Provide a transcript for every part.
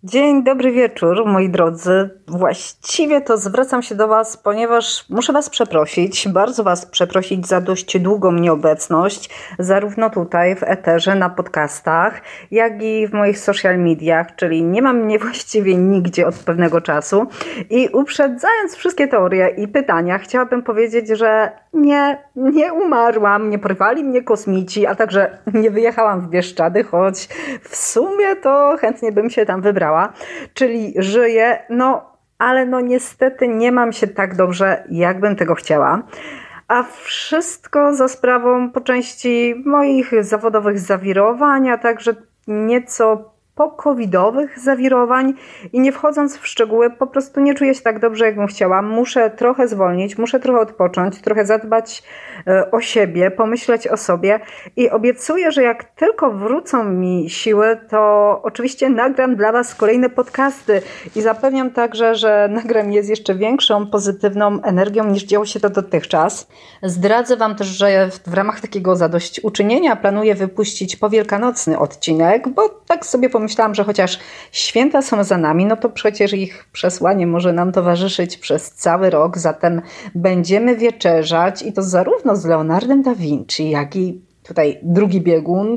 Dzień dobry wieczór, moi drodzy. Właściwie to zwracam się do Was, ponieważ muszę Was przeprosić, bardzo Was przeprosić za dość długą nieobecność, zarówno tutaj w eterze, na podcastach, jak i w moich social mediach, czyli nie mam mnie właściwie nigdzie od pewnego czasu. I uprzedzając wszystkie teorie i pytania, chciałabym powiedzieć, że nie umarłam, nie porwali mnie kosmici, a także nie wyjechałam w Bieszczady, choć w sumie to chętnie bym się tam wybrała. Czyli żyję, ale niestety nie mam się tak dobrze, jakbym tego chciała. A wszystko za sprawą po części moich zawodowych zawirowań, a także nieco po-covidowych zawirowań i nie wchodząc w szczegóły, po prostu nie czuję się tak dobrze, jakbym chciała. Muszę trochę zwolnić, muszę trochę odpocząć, trochę zadbać o siebie, pomyśleć o sobie i obiecuję, że jak tylko wrócą mi siły, to oczywiście nagram dla Was kolejne podcasty i zapewniam także, że nagram je z jeszcze większą pozytywną energią niż działo się to dotychczas. Zdradzę Wam też, że w ramach takiego zadośćuczynienia planuję wypuścić powielkanocny odcinek, bo tak sobie pomyślałam, że chociaż święta są za nami, no to przecież ich przesłanie może nam towarzyszyć przez cały rok, zatem będziemy wieczerzać i to zarówno z Leonardem da Vinci, jak i tutaj drugi biegun,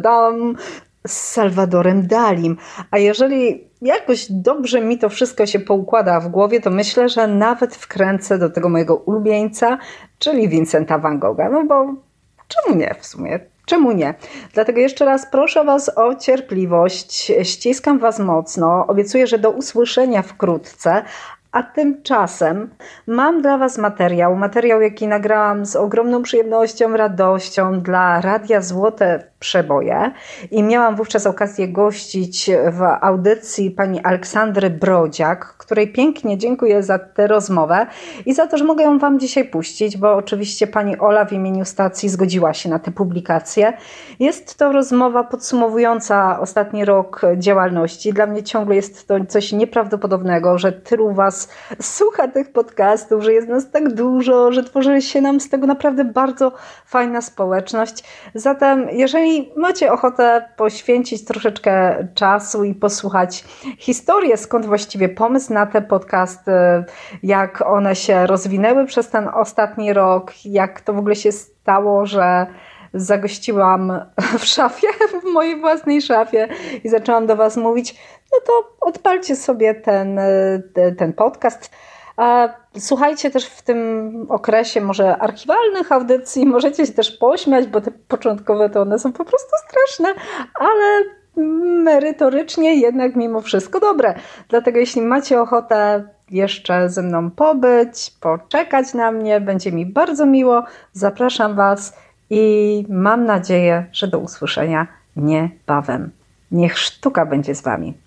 z Salvadorem Dalim. A jeżeli jakoś dobrze mi to wszystko się poukłada w głowie, to myślę, że nawet wkręcę do tego mojego ulubieńca, czyli Vincenta van Gogha. No bo czemu nie w sumie? Czemu nie? Dlatego jeszcze raz proszę Was o cierpliwość. Ściskam Was mocno. Obiecuję, że do usłyszenia wkrótce. A tymczasem mam dla Was materiał, jaki nagrałam z ogromną przyjemnością, radością dla Radia Złote Przeboje i miałam wówczas okazję gościć w audycji pani Aleksandry Brodziak, której pięknie dziękuję za tę rozmowę i za to, że mogę ją Wam dzisiaj puścić, bo oczywiście pani Ola w imieniu stacji zgodziła się na tę publikację. Jest to rozmowa podsumowująca ostatni rok działalności. Dla mnie ciągle jest to coś nieprawdopodobnego, że tylu Was słucha tych podcastów, że jest nas tak dużo, że tworzy się nam z tego naprawdę bardzo fajna społeczność. Zatem jeżeli macie ochotę poświęcić troszeczkę czasu i posłuchać historię, skąd właściwie pomysł na te podcasty, jak one się rozwinęły przez ten ostatni rok, jak to w ogóle się stało, że zagościłam w szafie, w mojej własnej szafie i zaczęłam do Was mówić, no to odpalcie sobie ten podcast. Słuchajcie też w tym okresie może archiwalnych audycji, możecie się też pośmiać, bo te początkowe to one są po prostu straszne, ale merytorycznie jednak mimo wszystko dobre. Dlatego jeśli macie ochotę jeszcze ze mną pobyć, poczekać na mnie, będzie mi bardzo miło, zapraszam Was i mam nadzieję, że do usłyszenia niebawem. Niech sztuka będzie z Wami.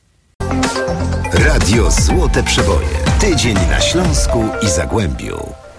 Radio Złote Przeboje. Tydzień na Śląsku i Zagłębiu.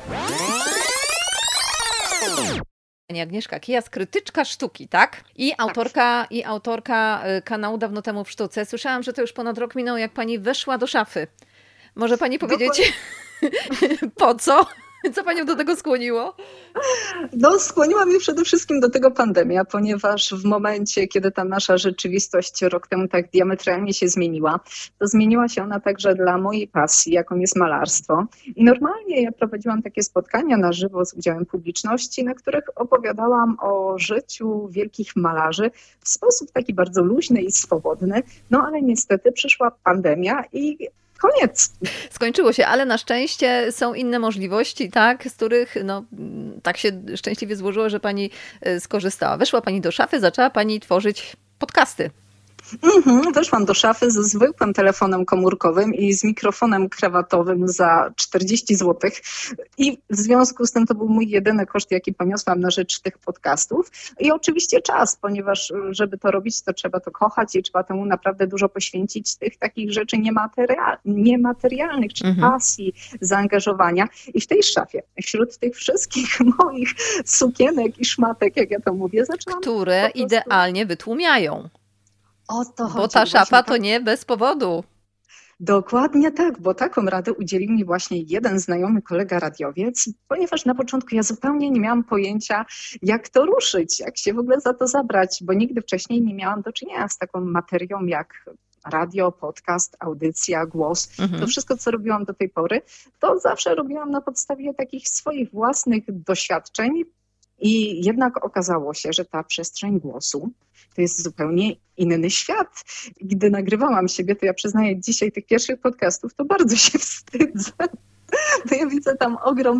Pani Agnieszka Kijas, krytyczka sztuki, tak? I autorka kanału Dawno temu w sztuce. Słyszałam, że to już ponad rok minął, jak pani weszła do szafy. Może pani powiedzieć, po co? Co panią do tego skłoniło? Skłoniła mnie przede wszystkim do tego pandemia, ponieważ w momencie, kiedy ta nasza rzeczywistość rok temu tak diametralnie się zmieniła, to zmieniła się ona także dla mojej pasji, jaką jest malarstwo. I normalnie ja prowadziłam takie spotkania na żywo z udziałem publiczności, na których opowiadałam o życiu wielkich malarzy w sposób taki bardzo luźny i swobodny. Ale niestety przyszła pandemia i koniec. Skończyło się, ale na szczęście są inne możliwości, tak, z których tak się szczęśliwie złożyło, że pani skorzystała. Weszła pani do szafy, zaczęła pani tworzyć podcasty. Weszłam do szafy ze zwykłym telefonem komórkowym i z mikrofonem krawatowym za 40 zł. I w związku z tym to był mój jedyny koszt, jaki poniosłam na rzecz tych podcastów. I oczywiście czas, ponieważ żeby to robić, to trzeba to kochać i trzeba temu naprawdę dużo poświęcić tych takich rzeczy niematerialnych, czyli pasji, zaangażowania. I w tej szafie, wśród tych wszystkich moich sukienek i szmatek, jak ja to mówię, zaczęłam... Które idealnie wytłumiają. O to chodzi. Bo ta szafa to nie bez powodu. Dokładnie tak, bo taką radę udzielił mi właśnie jeden znajomy kolega radiowiec, ponieważ na początku ja zupełnie nie miałam pojęcia, jak to ruszyć, jak się w ogóle za to zabrać, bo nigdy wcześniej nie miałam do czynienia z taką materią jak radio, podcast, audycja, głos, to wszystko, co robiłam do tej pory, to zawsze robiłam na podstawie takich swoich własnych doświadczeń i jednak okazało się, że ta przestrzeń głosu to jest zupełnie inny świat. Gdy nagrywałam siebie, to ja przyznaję, dzisiaj tych pierwszych podcastów to bardzo się wstydzę. To ja widzę tam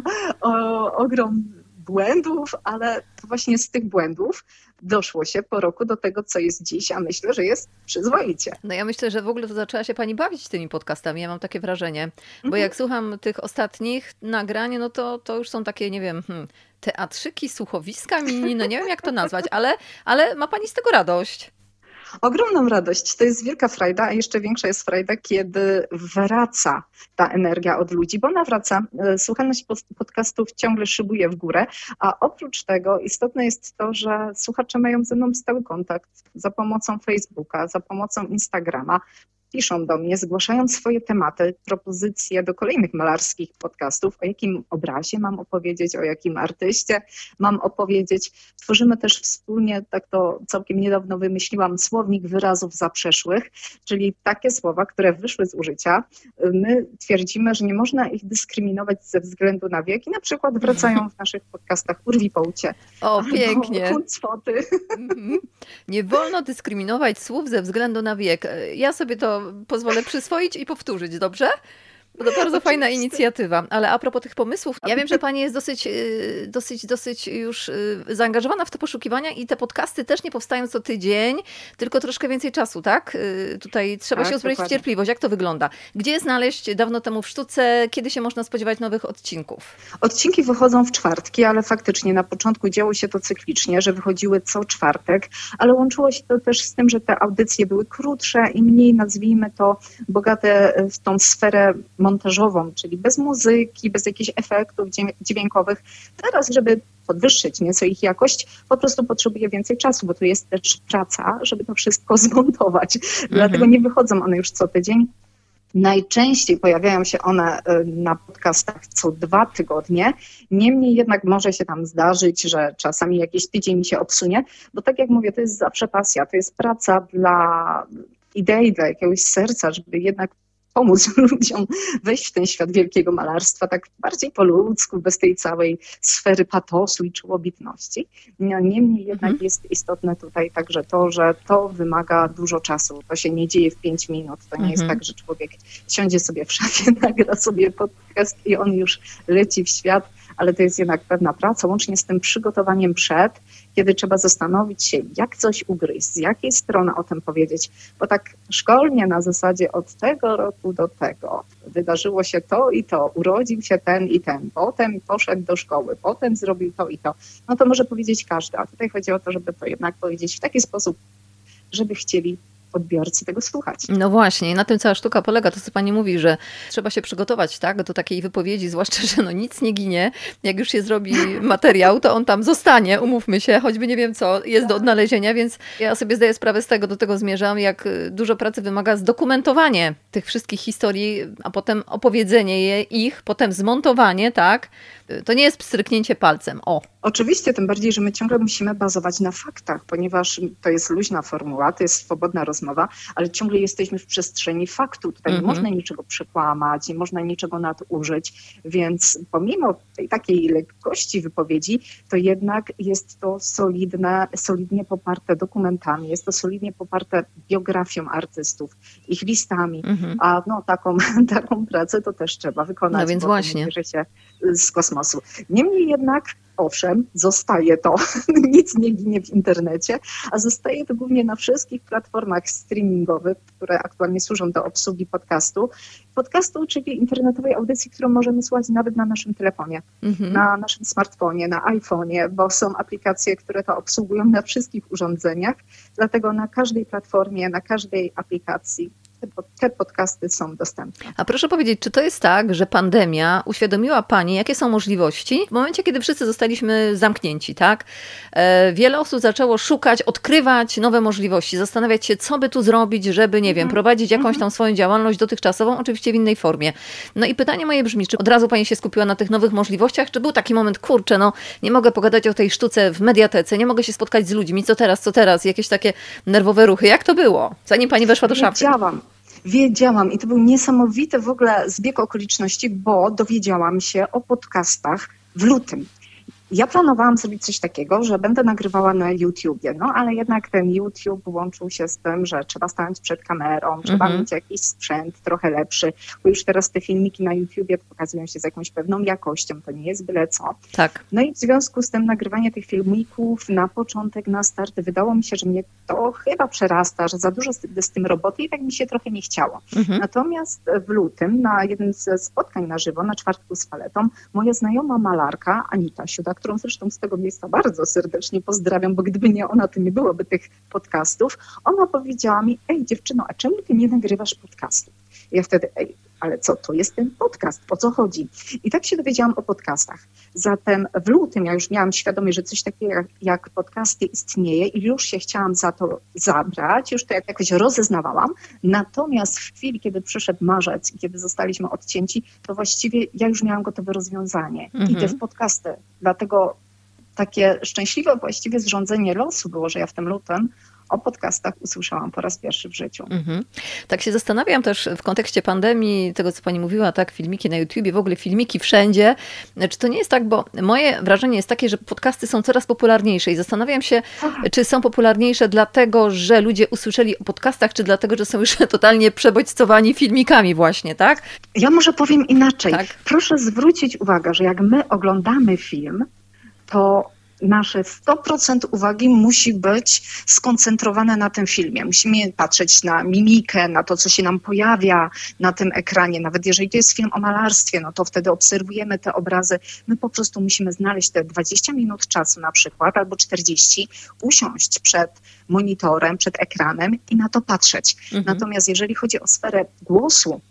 ogrom błędów, ale to właśnie z tych błędów doszło się po roku do tego, co jest dziś, a myślę, że jest przyzwoicie. No ja myślę, że w ogóle to zaczęła się pani bawić tymi podcastami, ja mam takie wrażenie, bo jak słucham tych ostatnich nagrań, no to już są takie, nie wiem, teatrzyki, słuchowiska mini, no nie wiem jak to nazwać, ale ma pani z tego radość. Ogromną radość. To jest wielka frajda, a jeszcze większa jest frajda, kiedy wraca ta energia od ludzi, bo ona wraca. Słuchalność podcastów ciągle szybuje w górę, a oprócz tego istotne jest to, że słuchacze mają ze mną stały kontakt za pomocą Facebooka, za pomocą Instagrama. Piszą do mnie, zgłaszając swoje tematy, propozycje do kolejnych malarskich podcastów, o jakim obrazie mam opowiedzieć, o jakim artyście mam opowiedzieć. Tworzymy też wspólnie, tak to całkiem niedawno wymyśliłam, słownik wyrazów zaprzeszłych, czyli takie słowa, które wyszły z użycia. My twierdzimy, że nie można ich dyskryminować ze względu na wiek i na przykład wracają w naszych podcastach Urwij Połcie. O, pięknie. Huncwoty. Nie wolno dyskryminować słów ze względu na wiek. Ja sobie to pozwolę przyswoić i powtórzyć, dobrze? Bo to bardzo fajna inicjatywa. Ale a propos tych pomysłów, ja wiem, że pani jest dosyć już zaangażowana w te poszukiwania i te podcasty też nie powstają co tydzień, tylko troszkę więcej czasu, tak? Tutaj trzeba się uzbroić w cierpliwość. Jak to wygląda? Gdzie znaleźć Dawno temu w sztuce? Kiedy się można spodziewać nowych odcinków? Odcinki wychodzą w czwartki, ale faktycznie na początku działo się to cyklicznie, że wychodziły co czwartek, ale łączyło się to też z tym, że te audycje były krótsze i mniej, nazwijmy to, bogate w tą sferę montażową, czyli bez muzyki, bez jakichś efektów dźwiękowych. Teraz, żeby podwyższyć nieco ich jakość, po prostu potrzebuję więcej czasu, bo to jest też praca, żeby to wszystko zmontować. Dlatego nie wychodzą one już co tydzień. Najczęściej pojawiają się one na podcastach co 2 tygodnie. Niemniej jednak może się tam zdarzyć, że czasami jakiś tydzień mi się obsunie, bo tak jak mówię, to jest zawsze pasja, to jest praca dla idei, dla jakiegoś serca, żeby jednak pomóc ludziom wejść w ten świat wielkiego malarstwa tak bardziej po ludzku, bez tej całej sfery patosu i czułobitności. No, niemniej jednak jest istotne tutaj także to, że to wymaga dużo czasu. To się nie dzieje w 5 minut. To nie jest tak, że człowiek siądzie sobie w szafie, nagra sobie podcast i on już leci w świat, ale to jest jednak pewna praca, łącznie z tym przygotowaniem przed, kiedy trzeba zastanowić się, jak coś ugryźć, z jakiej strony o tym powiedzieć, bo tak szkolnie na zasadzie od tego roku do tego wydarzyło się to i to, urodził się ten i ten, potem poszedł do szkoły, potem zrobił to i to, no to może powiedzieć każdy, a tutaj chodzi o to, żeby to jednak powiedzieć w taki sposób, żeby chcieli odbiorcy tego słuchać. No właśnie, na tym cała sztuka polega, to co pani mówi, że trzeba się przygotować, tak, do takiej wypowiedzi, zwłaszcza, że no nic nie ginie. Jak już się zrobi materiał, to on tam zostanie, umówmy się, choćby nie wiem co, jest do odnalezienia, więc ja sobie zdaję sprawę z tego, do tego zmierzam, jak dużo pracy wymaga zdokumentowanie tych wszystkich historii, a potem opowiedzenie ich, potem zmontowanie, tak, to nie jest pstryknięcie palcem, o. Oczywiście, tym bardziej, że my ciągle musimy bazować na faktach, ponieważ to jest luźna formuła, to jest swobodna rozmowa, ale ciągle jesteśmy w przestrzeni faktu. Tutaj nie można niczego przekłamać, nie można niczego nadużyć, więc pomimo tej takiej lekkości wypowiedzi, to jednak jest to solidnie poparte dokumentami, jest to solidnie poparte biografią artystów, ich listami, a no taką pracę to też trzeba wykonać, no więc bo właśnie. nie bierze się z kosmosu. Niemniej jednak owszem, zostaje to, nic nie ginie w internecie, a zostaje to głównie na wszystkich platformach streamingowych, które aktualnie służą do obsługi podcastu, czyli internetowej audycji, którą możemy słuchać nawet na naszym telefonie, na naszym smartfonie, na iPhone'ie, bo są aplikacje, które to obsługują na wszystkich urządzeniach, dlatego na każdej platformie, na każdej aplikacji te podcasty są dostępne. A proszę powiedzieć, czy to jest tak, że pandemia uświadomiła Pani, jakie są możliwości w momencie, kiedy wszyscy zostaliśmy zamknięci, tak? Wiele osób zaczęło szukać, odkrywać nowe możliwości, zastanawiać się, co by tu zrobić, żeby, nie wiem, prowadzić jakąś tam swoją działalność dotychczasową, oczywiście w innej formie. No i pytanie moje brzmi, czy od razu Pani się skupiła na tych nowych możliwościach, czy był taki moment, kurczę, no nie mogę pogadać o tej sztuce w mediatece, nie mogę się spotkać z ludźmi, co teraz, jakieś takie nerwowe ruchy. Jak to było, zanim Pani weszła do szafy? Wiedziałam i to był niesamowity w ogóle zbieg okoliczności, bo dowiedziałam się o podcastach w lutym. Ja planowałam zrobić coś takiego, że będę nagrywała na YouTubie, no ale jednak ten YouTube łączył się z tym, że trzeba stanąć przed kamerą, trzeba mieć jakiś sprzęt trochę lepszy, bo już teraz te filmiki na YouTubie pokazują się z jakąś pewną jakością, to nie jest byle co. Tak. No i w związku z tym nagrywanie tych filmików na początek, na start, wydało mi się, że mnie to chyba przerasta, że za dużo z tym roboty i tak mi się trochę nie chciało. Natomiast w lutym na jednym ze spotkań na żywo, na czwartku z Faletą, moja znajoma malarka Anita Siuda, którą zresztą z tego miejsca bardzo serdecznie pozdrawiam, bo gdyby nie ona, to nie byłoby tych podcastów. Ona powiedziała mi: ej dziewczyno, a czemu ty nie nagrywasz podcastów? I ja wtedy: ej, ale co to jest ten podcast? O co chodzi? I tak się dowiedziałam o podcastach. Zatem w lutym ja już miałam świadomość, że coś takiego jak podcasty istnieje i już się chciałam za to zabrać, już to jakoś rozeznawałam. Natomiast w chwili, kiedy przyszedł marzec i kiedy zostaliśmy odcięci, to właściwie ja już miałam gotowe rozwiązanie. Idę w podcasty. Dlatego takie szczęśliwe właściwie zrządzenie losu było, że ja w tym lutym o podcastach usłyszałam po raz pierwszy w życiu. Tak się zastanawiam też w kontekście pandemii, tego co Pani mówiła, tak, filmiki na YouTubie, w ogóle filmiki wszędzie. Czy to nie jest tak, bo moje wrażenie jest takie, że podcasty są coraz popularniejsze i zastanawiam się, czy są popularniejsze dlatego, że ludzie usłyszeli o podcastach, czy dlatego, że są już totalnie przebodźcowani filmikami właśnie, tak? Ja może powiem inaczej. Tak. Proszę zwrócić uwagę, że jak my oglądamy film, to nasze 100% uwagi musi być skoncentrowane na tym filmie. Musimy patrzeć na mimikę, na to, co się nam pojawia na tym ekranie. Nawet jeżeli to jest film o malarstwie, no to wtedy obserwujemy te obrazy. My po prostu musimy znaleźć te 20 minut czasu na przykład, albo 40, usiąść przed monitorem, przed ekranem i na to patrzeć. Natomiast jeżeli chodzi o sferę głosu,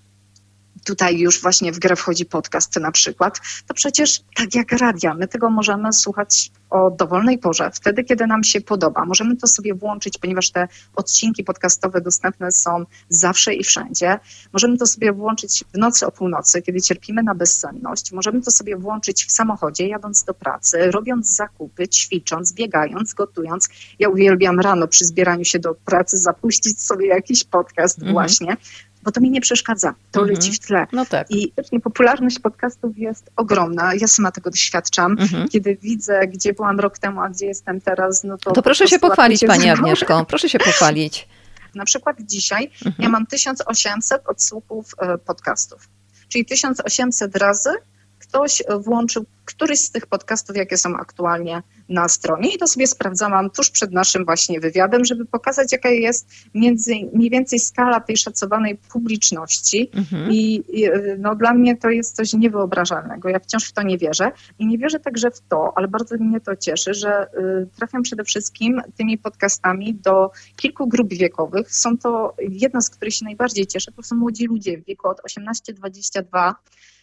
tutaj już właśnie w grę wchodzi podcast na przykład, to przecież tak jak radia, my tego możemy słuchać o dowolnej porze, wtedy, kiedy nam się podoba. Możemy to sobie włączyć, ponieważ te odcinki podcastowe dostępne są zawsze i wszędzie. Możemy to sobie włączyć w nocy o północy, kiedy cierpimy na bezsenność. Możemy to sobie włączyć w samochodzie, jadąc do pracy, robiąc zakupy, ćwicząc, biegając, gotując. Ja uwielbiam rano przy zbieraniu się do pracy zapuścić sobie jakiś podcast właśnie, bo to mi nie przeszkadza, to leci w tle. No tak. I popularność podcastów jest ogromna. Ja sama tego doświadczam. Kiedy widzę, gdzie byłam rok temu, a gdzie jestem teraz, no to... To proszę się pochwalić, Pani Agnieszko. Proszę się pochwalić. Na przykład dzisiaj ja mam 1800 odsłuchów podcastów. Czyli 1800 razy ktoś włączył któryś z tych podcastów, jakie są aktualnie na stronie. I to sobie sprawdzałam tuż przed naszym właśnie wywiadem, żeby pokazać, jaka jest mniej więcej skala tej szacowanej publiczności. I no, dla mnie to jest coś niewyobrażalnego. Ja wciąż w to nie wierzę. I nie wierzę także w to, ale bardzo mnie to cieszy, że trafiam przede wszystkim tymi podcastami do kilku grup wiekowych. Są to, jedna z których się najbardziej cieszę, to są młodzi ludzie w wieku od 18-22,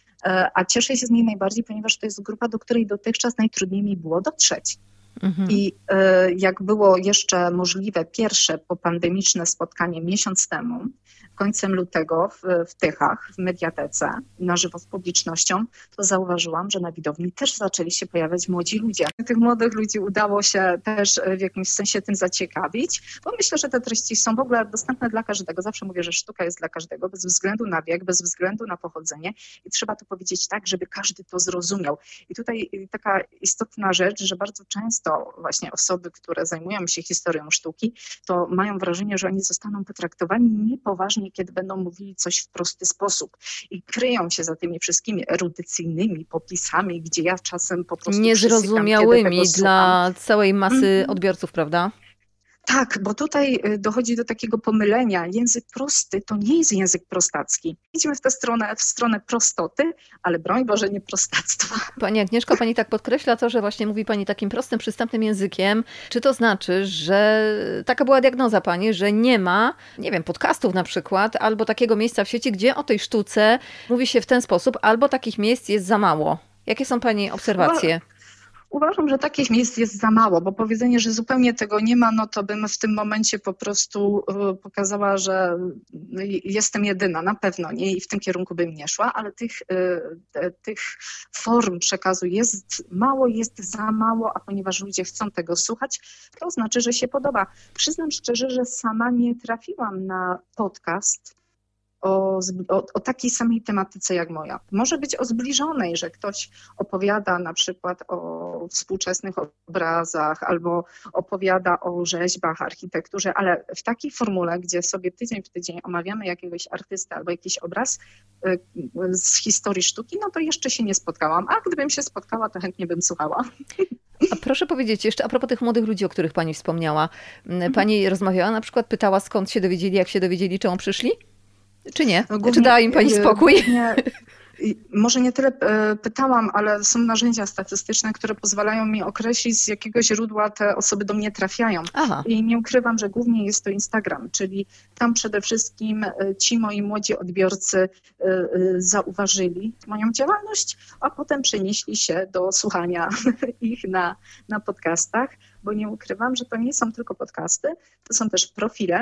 a cieszę się z niej najbardziej, ponieważ to jest grupa, do której dotychczas najtrudniej mi było dotrzeć. I jak było jeszcze możliwe pierwsze popandemiczne spotkanie miesiąc temu, końcem lutego w Tychach, w Mediatece, na żywo z publicznością, to zauważyłam, że na widowni też zaczęli się pojawiać młodzi ludzie. Tych młodych ludzi udało się też w jakimś sensie tym zaciekawić, bo myślę, że te treści są w ogóle dostępne dla każdego. Zawsze mówię, że sztuka jest dla każdego, bez względu na wiek, bez względu na pochodzenie i trzeba to powiedzieć tak, żeby każdy to zrozumiał. I tutaj taka istotna rzecz, że bardzo często właśnie osoby, które zajmują się historią sztuki, to mają wrażenie, że oni zostaną potraktowani niepoważnie, kiedy będą mówili coś w prosty sposób i kryją się za tymi wszystkimi erudycyjnymi popisami, gdzie ja czasem po prostu niezrozumiałymi dla całej masy odbiorców, prawda? Tak, bo tutaj dochodzi do takiego pomylenia. Język prosty to nie jest język prostacki. Idziemy w stronę prostoty, ale broń Boże nie prostactwa. Pani Agnieszko, pani tak podkreśla to, że właśnie mówi pani takim prostym, przystępnym językiem. Czy to znaczy, że taka była diagnoza pani, że nie ma, nie wiem, podcastów na przykład, albo takiego miejsca w sieci, gdzie o tej sztuce mówi się w ten sposób, albo takich miejsc jest za mało? Jakie są pani obserwacje? Uważam, że takich miejsc jest za mało, bo powiedzenie, że zupełnie tego nie ma, no to bym w tym momencie po prostu pokazała, że jestem jedyna, na pewno nie i w tym kierunku bym nie szła, ale tych form przekazu jest mało, jest za mało, a ponieważ ludzie chcą tego słuchać, to znaczy, że się podoba. Przyznam szczerze, że sama nie trafiłam na podcast o takiej samej tematyce jak moja. Może być o zbliżonej, że ktoś opowiada na przykład o współczesnych obrazach albo opowiada o rzeźbach, architekturze, ale w takiej formule, gdzie sobie tydzień w tydzień omawiamy jakiegoś artystę albo jakiś obraz z historii sztuki, no to jeszcze się nie spotkałam. A gdybym się spotkała, to chętnie bym słuchała. A proszę powiedzieć jeszcze a propos tych młodych ludzi, o których pani wspomniała. Pani rozmawiała na przykład, pytała skąd się dowiedzieli, jak się dowiedzieli, czemu przyszli? Czy nie? No, głównie, czy dała im pani spokój? Może nie tyle pytałam, ale są narzędzia statystyczne, które pozwalają mi określić, z jakiego źródła te osoby do mnie trafiają. Aha. I nie ukrywam, że głównie jest to Instagram, czyli tam przede wszystkim ci moi młodzi odbiorcy zauważyli moją działalność, a potem przenieśli się do słuchania ich na podcastach, bo nie ukrywam, że to nie są tylko podcasty, to są też profile,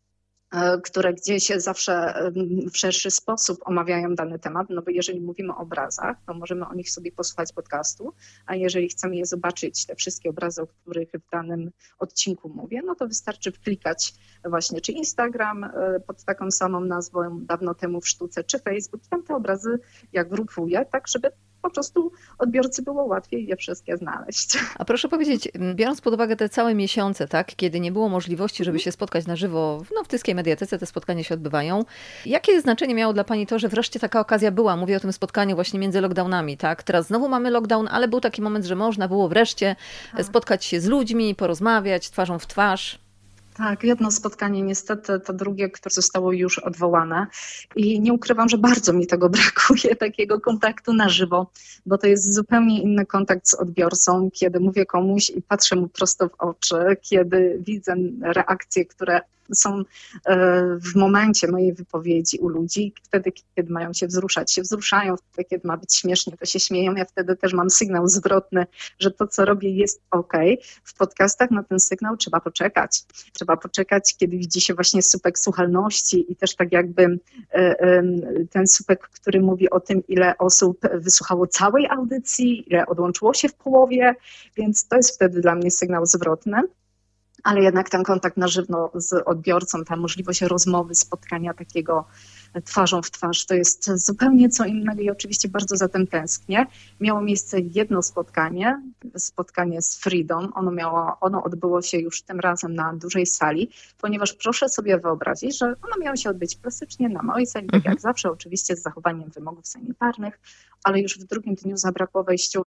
które gdzieś zawsze w szerszy sposób omawiają dany temat, no bo jeżeli mówimy o obrazach, to możemy o nich sobie posłuchać podcastu, a jeżeli chcemy je zobaczyć, te wszystkie obrazy, o których w danym odcinku mówię, no to wystarczy wklikać właśnie czy Instagram pod taką samą nazwą dawno temu w sztuce, czy Facebook, i tam te obrazy jak grupuję, tak żeby po prostu odbiorcy było łatwiej je wszystkie znaleźć. A proszę powiedzieć, biorąc pod uwagę te całe miesiące, tak, kiedy nie było możliwości, żeby się spotkać na żywo, w Tyskiej Mediatece te spotkania się odbywają, jakie znaczenie miało dla pani to, że wreszcie taka okazja była? Mówię o tym spotkaniu właśnie między lockdownami, tak? Teraz znowu mamy lockdown, ale był taki moment, że można było wreszcie spotkać się z ludźmi, porozmawiać twarzą w twarz. Tak, jedno spotkanie niestety, to drugie, które zostało już odwołane i nie ukrywam, że bardzo mi tego brakuje, takiego kontaktu na żywo, bo to jest zupełnie inny kontakt z odbiorcą, kiedy mówię komuś i patrzę mu prosto w oczy, kiedy widzę reakcje, które są w momencie mojej wypowiedzi u ludzi, wtedy, kiedy mają się wzruszać, się wzruszają, wtedy, kiedy ma być śmiesznie, to się śmieją. Ja wtedy też mam sygnał zwrotny, że to, co robię, jest okej. W podcastach na ten sygnał trzeba poczekać. Trzeba poczekać, kiedy widzi się właśnie słupek słuchalności i też tak jakby ten słupek, który mówi o tym, ile osób wysłuchało całej audycji, ile odłączyło się w połowie, więc to jest wtedy dla mnie sygnał zwrotny. Ale jednak ten kontakt na żywo z odbiorcą, ta możliwość rozmowy, spotkania takiego twarzą w twarz, to jest zupełnie co innego i oczywiście bardzo za tym tęsknię. Miało miejsce jedno spotkanie z Freedom. Ono odbyło się już tym razem na dużej sali, ponieważ proszę sobie wyobrazić, że ono miało się odbyć klasycznie na małej sali, tak jak zawsze, oczywiście z zachowaniem wymogów sanitarnych, ale już w drugim dniu zabrakło wejściówek.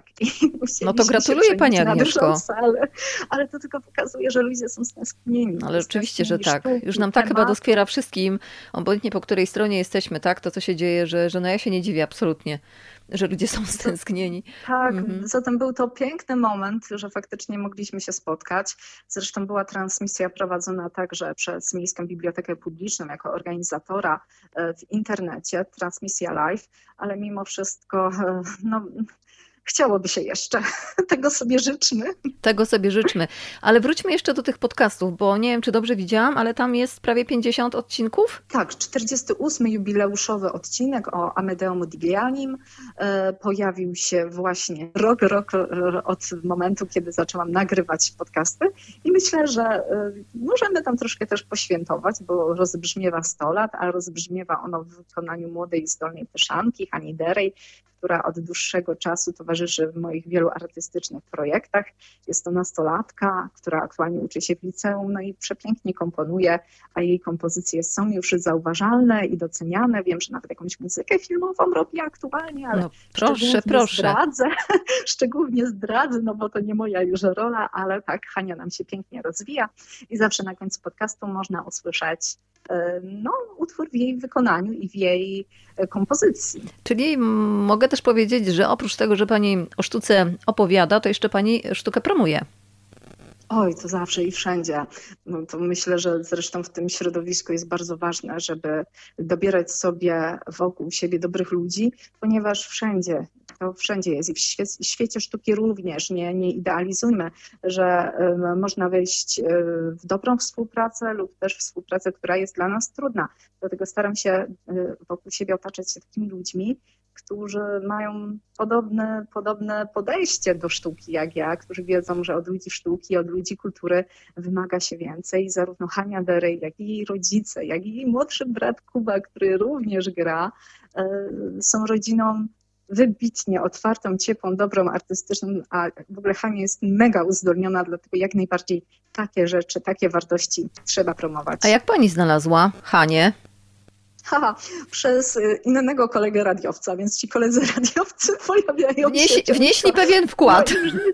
No to gratuluję pani Agnieszko. Ale to tylko pokazuje, że ludzie są stęsknieni. Ale oczywiście, że tak. Już nam tak chyba doskwiera wszystkim, obojętnie po której stronie jesteśmy, tak? To co się dzieje, że no ja się nie dziwię absolutnie, że ludzie są stęsknieni. Tak, zatem był to piękny moment, że faktycznie mogliśmy się spotkać. Zresztą była transmisja prowadzona także przez Miejską Bibliotekę Publiczną jako organizatora w internecie, transmisja live, ale mimo wszystko chciałoby się jeszcze. Tego sobie życzmy. Tego sobie życzmy. Ale wróćmy jeszcze do tych podcastów, bo nie wiem, czy dobrze widziałam, ale tam jest prawie 50 odcinków? Tak, 48. jubileuszowy odcinek o Amedeo Modiglianim pojawił się właśnie rok od momentu, kiedy zaczęłam nagrywać podcasty i myślę, że możemy tam troszkę też poświętować, bo rozbrzmiewa 100 lat, a rozbrzmiewa ono w wykonaniu młodej i zdolnej Tyszanki, Hani Derej, która od dłuższego czasu towarzyszy w moich wielu artystycznych projektach. Jest to nastolatka, która aktualnie uczy się w liceum, no i przepięknie komponuje, a jej kompozycje są już zauważalne i doceniane. Wiem, że nawet jakąś muzykę filmową robi aktualnie, ale No, proszę. Szczególnie zdradzę, no bo to nie moja już rola, ale tak, Hania nam się pięknie rozwija i zawsze na końcu podcastu można usłyszeć utwór w jej wykonaniu i w jej kompozycji. Czyli mogę też powiedzieć, że oprócz tego, że pani o sztuce opowiada, to jeszcze pani sztukę promuje. Oj, to zawsze i wszędzie. No to myślę, że zresztą w tym środowisku jest bardzo ważne, żeby dobierać sobie wokół siebie dobrych ludzi, ponieważ to wszędzie jest i w świecie sztuki również. Nie idealizujmy, że można wejść w dobrą współpracę lub też współpracę, która jest dla nas trudna. Dlatego staram się wokół siebie otaczać się takimi ludźmi, którzy mają podobne podejście do sztuki jak ja, którzy wiedzą, że od ludzi sztuki, od ludzi kultury wymaga się więcej. Zarówno Hania Derej, jak i jej rodzice, jak i jej młodszy brat Kuba, który również gra, są rodziną wybitnie otwartą, ciepłą, dobrą, artystyczną, a w ogóle Hania jest mega uzdolniona, dlatego jak najbardziej takie rzeczy, takie wartości trzeba promować. A jak pani znalazła Hanię? Przez innego kolegę radiowca, więc ci koledzy radiowcy pojawiają się Wnieśli pewien wkład.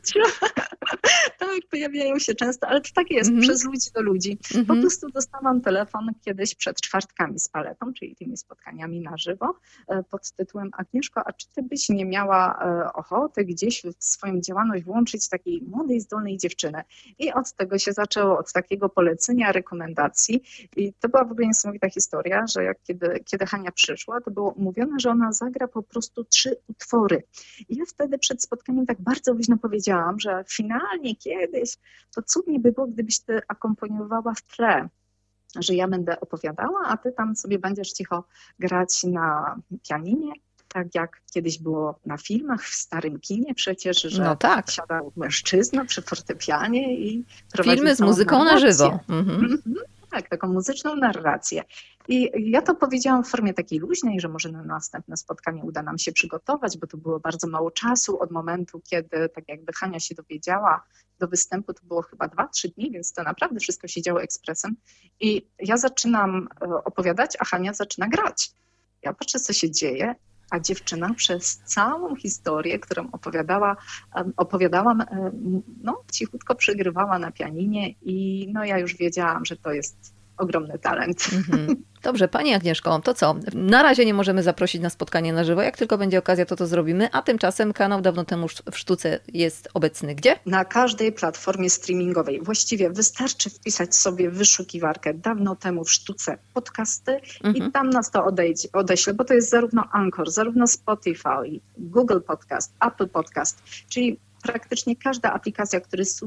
Tak, pojawiają się często, ale to tak jest, przez ludzi do ludzi. Po prostu dostałam telefon kiedyś przed czwartkami z paletą, czyli tymi spotkaniami na żywo, pod tytułem: Agnieszko, a czy ty byś nie miała ochoty gdzieś w swoją działalność włączyć takiej młodej, zdolnej dziewczyny? I od tego się zaczęło, od takiego polecenia, rekomendacji. I to była w ogóle niesamowita historia, że kiedy Hania przyszła, to było umówione, że ona zagra po prostu 3 utwory. I ja wtedy przed spotkaniem tak bardzo luźno powiedziałam, że finalnie kiedyś to cudnie by było, gdybyś ty akompaniowała w tle, że ja będę opowiadała, a ty tam sobie będziesz cicho grać na pianinie, tak jak kiedyś było na filmach, w starym kinie przecież, że siadał mężczyzna przy fortepianie i prowadził filmy z muzyką narrację. Na żywo. Tak, taką muzyczną narrację. I ja to powiedziałam w formie takiej luźnej, że może na następne spotkanie uda nam się przygotować, bo to było bardzo mało czasu od momentu, kiedy tak jakby Hania się dowiedziała do występu, to było chyba 2-3 dni, więc to naprawdę wszystko się działo ekspresem. I ja zaczynam opowiadać, a Hania zaczyna grać. Ja patrzę, co się dzieje, a dziewczyna przez całą historię, którą opowiadałam, cichutko przygrywała na pianinie i ja już wiedziałam, że to jest ogromny talent. Dobrze, Pani Agnieszko, to co? Na razie nie możemy zaprosić na spotkanie na żywo. Jak tylko będzie okazja, to zrobimy. A tymczasem kanał Dawno temu w sztuce jest obecny gdzie? Na każdej platformie streamingowej. Właściwie wystarczy wpisać sobie w wyszukiwarkę Dawno temu w sztuce podcasty i tam nas to odeśle, bo to jest zarówno Anchor, zarówno Spotify, Google Podcast, Apple Podcast, czyli praktycznie każda aplikacja,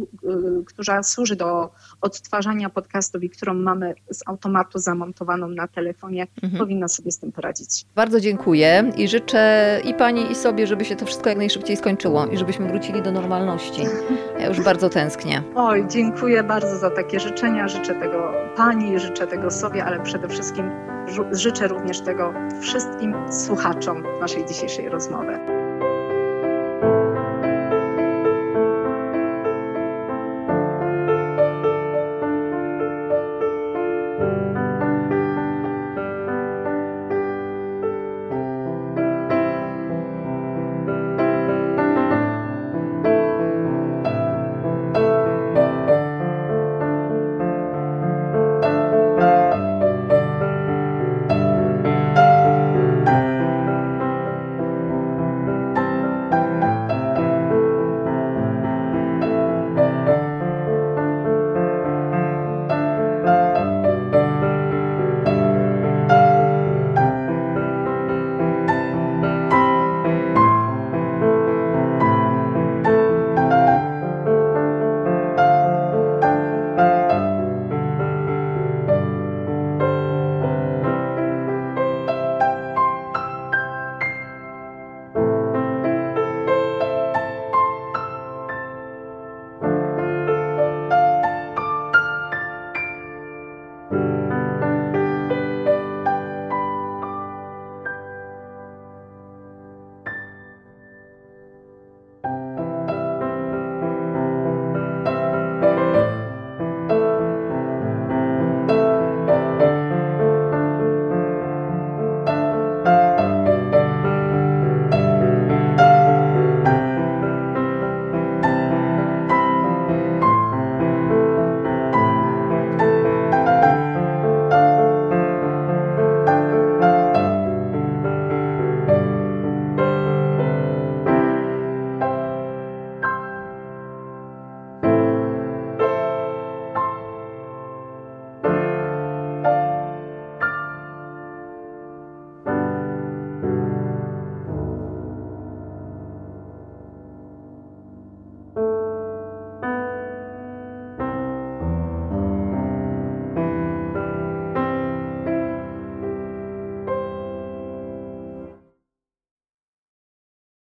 która służy do odtwarzania podcastów i którą mamy z automatu zamontowaną na telefonie, powinna sobie z tym poradzić. Bardzo dziękuję i życzę i Pani, i sobie, żeby się to wszystko jak najszybciej skończyło i żebyśmy wrócili do normalności. Ja już bardzo tęsknię. Oj, dziękuję bardzo za takie życzenia. Życzę tego Pani, życzę tego sobie, ale przede wszystkim życzę również tego wszystkim słuchaczom naszej dzisiejszej rozmowy.